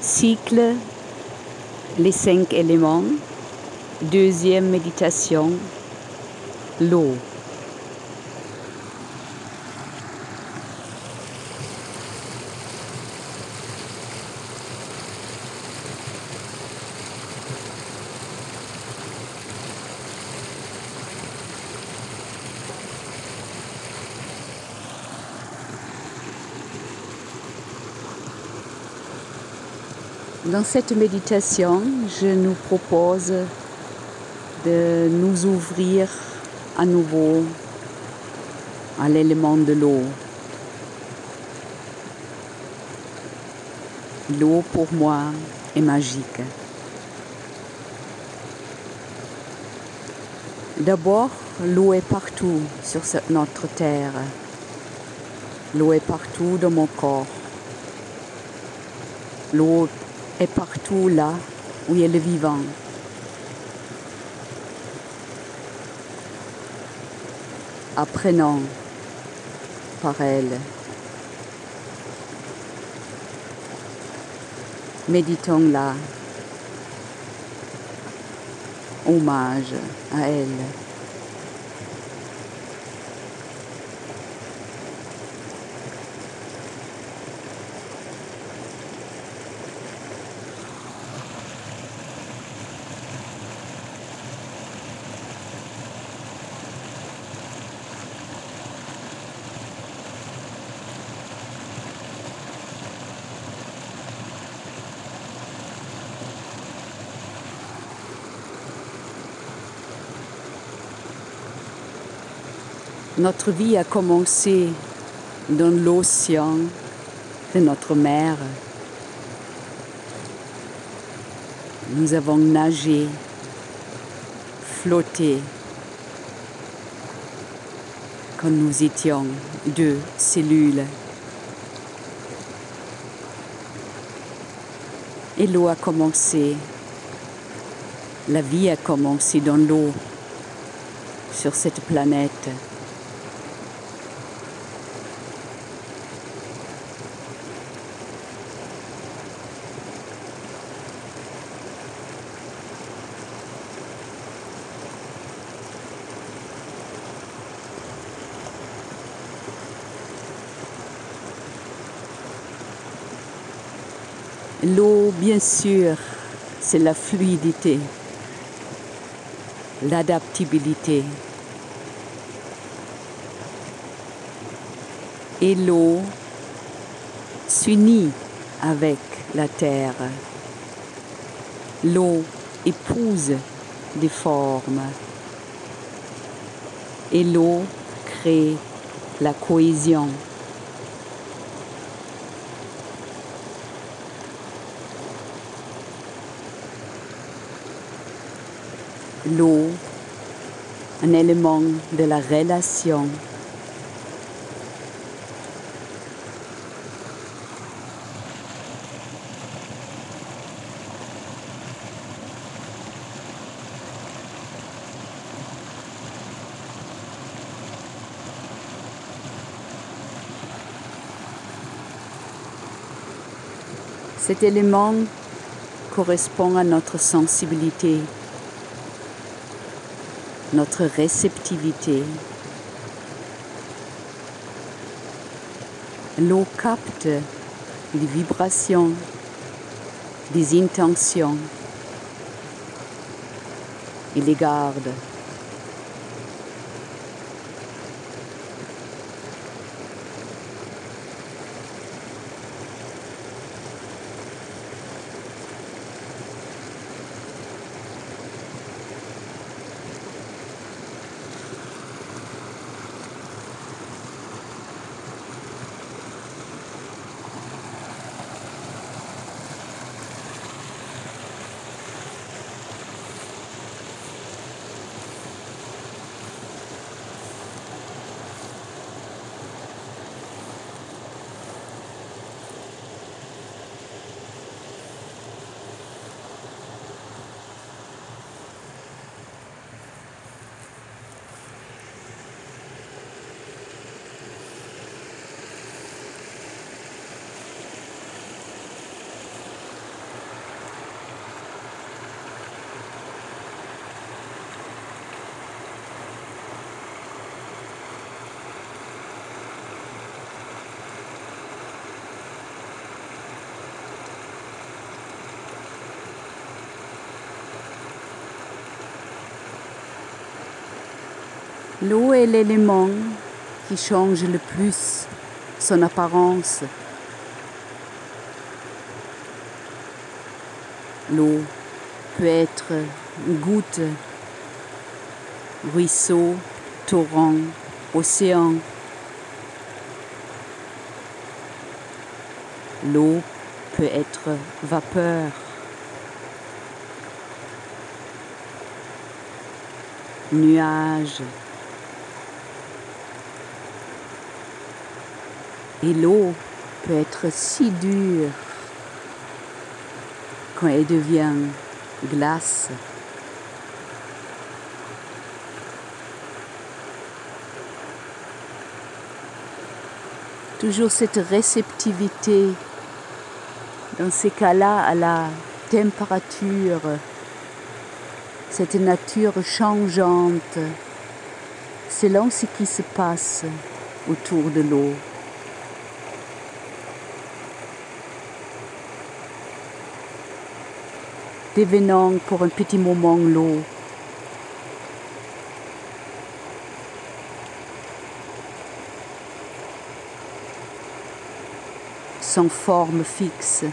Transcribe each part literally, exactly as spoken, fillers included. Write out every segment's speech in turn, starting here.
Cycle, les cinq éléments, deuxième méditation, l'eau. Dans cette méditation, je nous propose de nous ouvrir à nouveau à l'élément de l'eau. L'eau, pour moi, est magique. D'abord, l'eau est partout sur cette, notre terre. L'eau est partout dans mon corps. L'eau est partout là où il y a le vivant. Apprenons par elle. Méditons là. Hommage à elle. Notre vie a commencé dans l'océan de notre mère. Nous avons nagé, flotté, quand nous étions deux cellules. Et l'eau a commencé, la vie a commencé dans l'eau, sur cette planète. L'eau, bien sûr, c'est la fluidité, l'adaptabilité. Et l'eau s'unit avec la terre. L'eau épouse des formes. Et l'eau crée la cohésion. L'eau, un élément de la relation. Cet élément correspond à notre sensibilité, notre réceptivité. L'eau capte les vibrations, des intentions et les garde. L'eau est l'élément qui change le plus son apparence. L'eau peut être goutte, ruisseau, torrent, océan. L'eau peut être vapeur, nuage. Et l'eau peut être si dure quand elle devient glace. Toujours cette réceptivité dans ces cas-là à la température, cette nature changeante, selon ce qui se passe autour de l'eau. Devenant pour un petit moment l'eau. Sans forme fixe.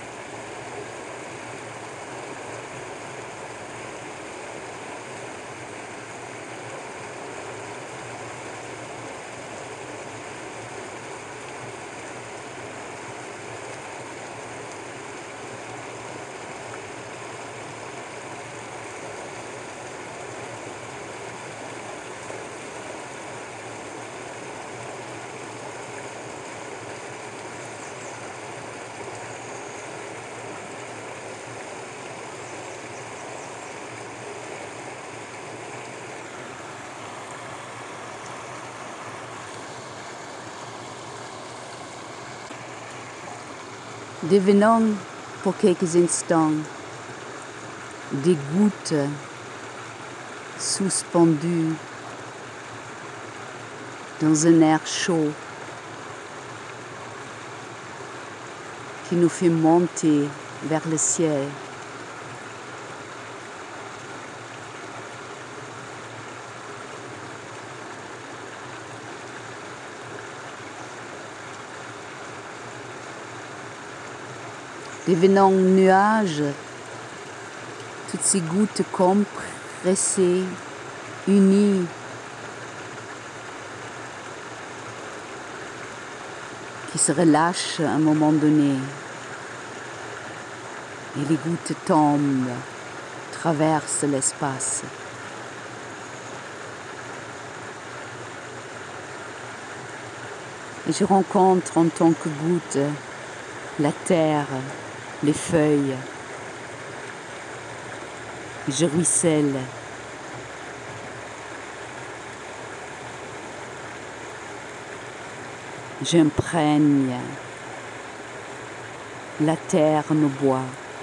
Devenant pour quelques instants des gouttes suspendues dans un air chaud qui nous fait monter vers le ciel. Devenant nuage, toutes ces gouttes compressées, unies, qui se relâchent à un moment donné. Et les gouttes tombent, traversent l'espace. Et je rencontre en tant que goutte la terre, les feuilles. Je ruisselle. J'imprègne. La terre me boit.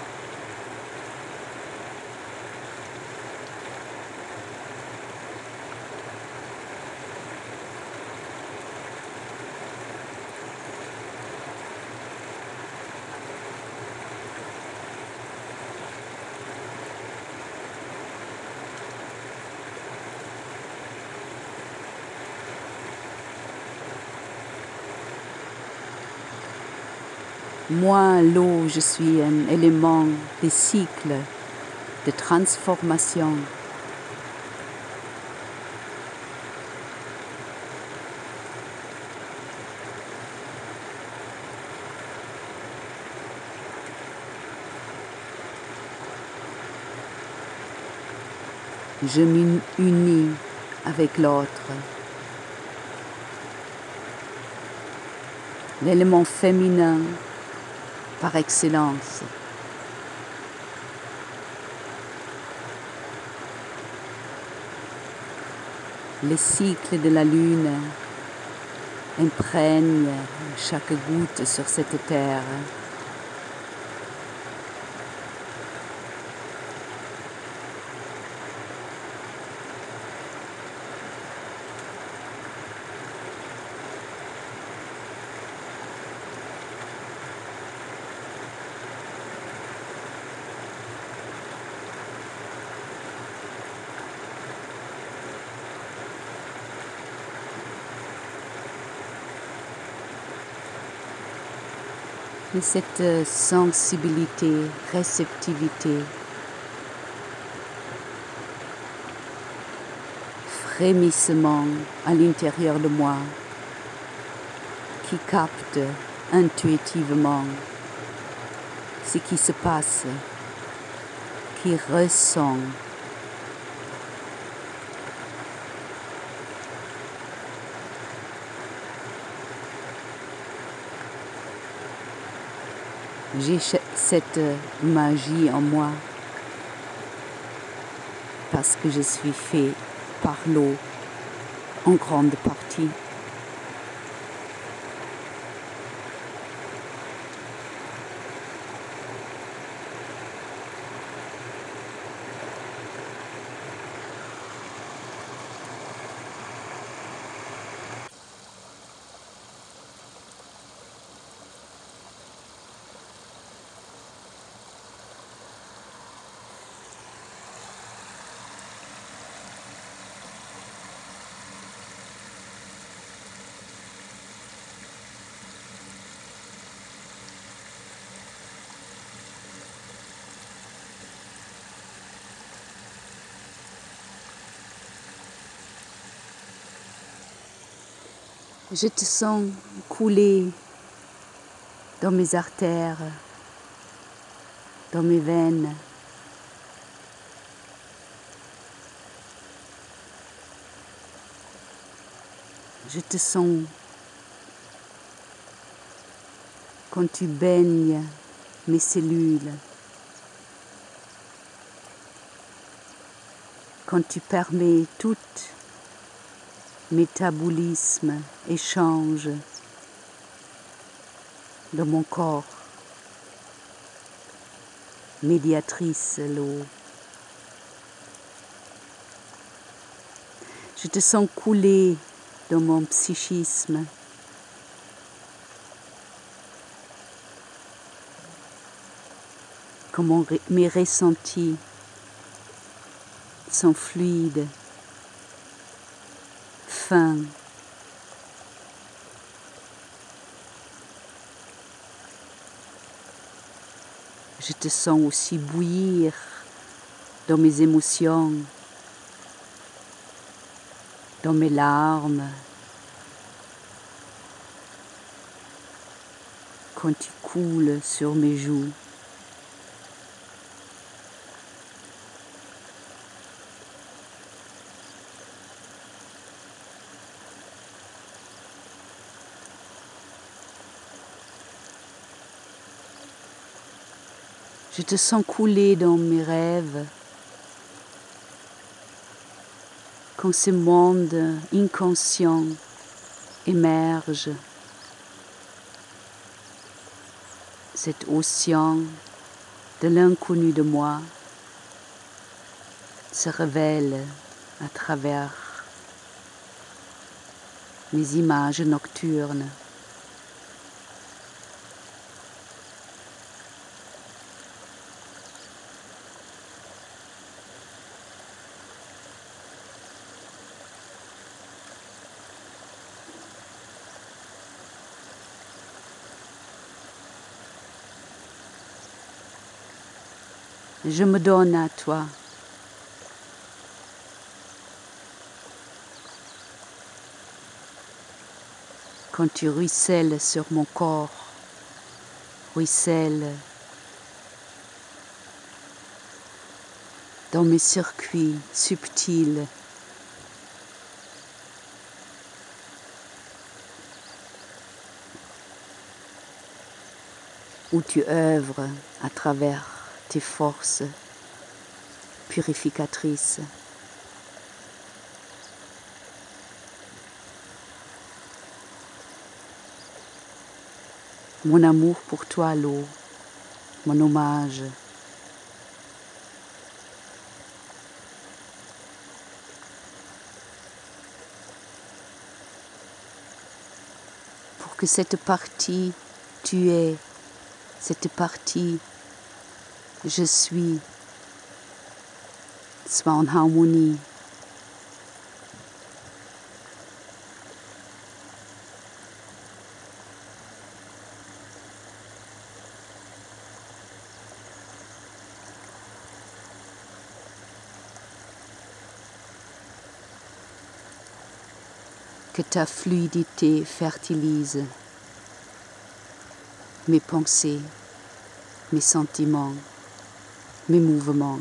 Moi, l'eau, je suis un élément des cycles de transformation. Je m'unis avec l'autre. L'élément féminin par excellence. Les cycles de la lune imprègnent chaque goutte sur cette terre. Mais cette sensibilité, réceptivité, frémissement à l'intérieur de moi qui capte intuitivement ce qui se passe, qui ressent. J'ai cette magie en moi parce que je suis fait par l'eau en grande partie. Je te sens couler dans mes artères, dans mes veines. Je te sens quand tu baignes mes cellules, quand tu permets tout métabolisme et change dans mon corps, médiatrice l'eau. Je te sens couler dans mon psychisme, comme mes ressentis sont fluides, fins. Je te sens aussi bouillir dans mes émotions, dans mes larmes, quand tu coules sur mes joues. Je te sens couler dans mes rêves, quand ce monde inconscient émerge, cet océan de l'inconnu de moi se révèle à travers mes images nocturnes. Je me donne à toi. Quand tu ruisselles sur mon corps, ruisselles dans mes circuits subtils, où tu œuvres à travers tes forces purificatrices. Mon amour pour toi, l'eau, mon hommage. Pour que cette partie tu es, cette partie je suis, soit en harmonie. que ta fluidité fertilise mes pensées, mes sentiments, mes mouvements.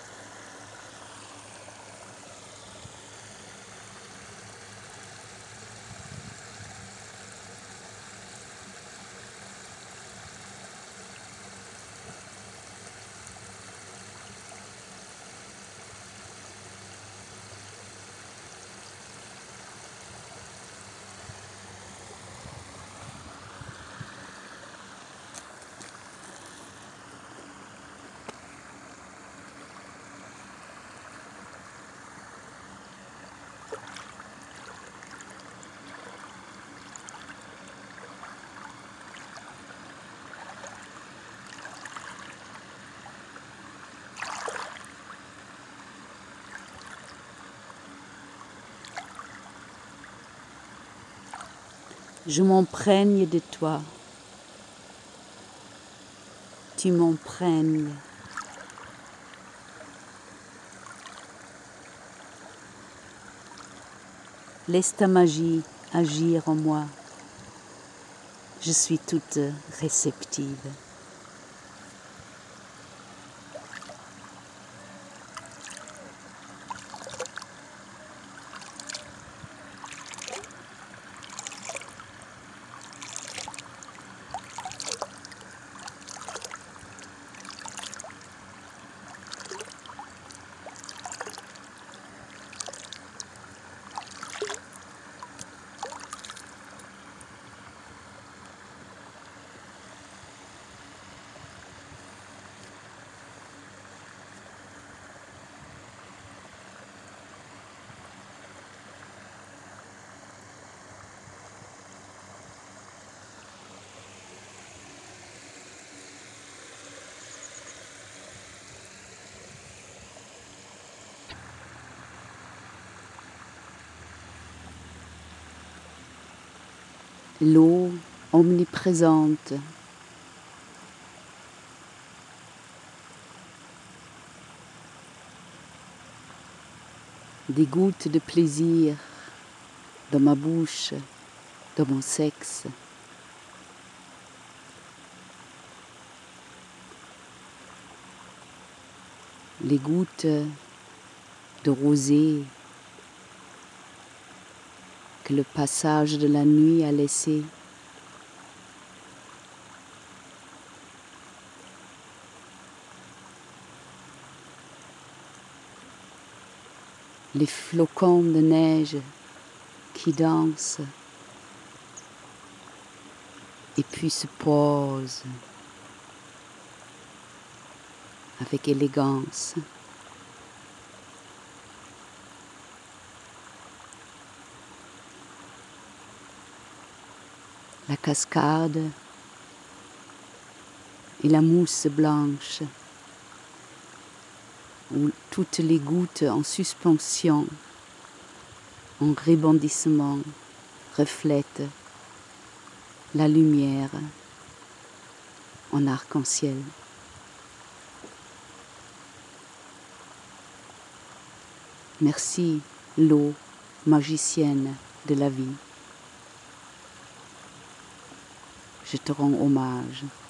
Je m'imprègne de toi. Tu m'imprègnes. Laisse ta magie agir en moi. Je suis toute réceptive. L'eau omniprésente. Des gouttes de plaisir dans ma bouche, dans mon sexe. Les gouttes de rosée que le passage de la nuit a laissé. Les flocons de neige qui dansent et puis se posent avec élégance. La cascade et la mousse blanche, où toutes les gouttes en suspension, en rebondissement, reflètent la lumière en arc-en-ciel. Merci, l'eau magicienne de la vie. Je te rends hommage.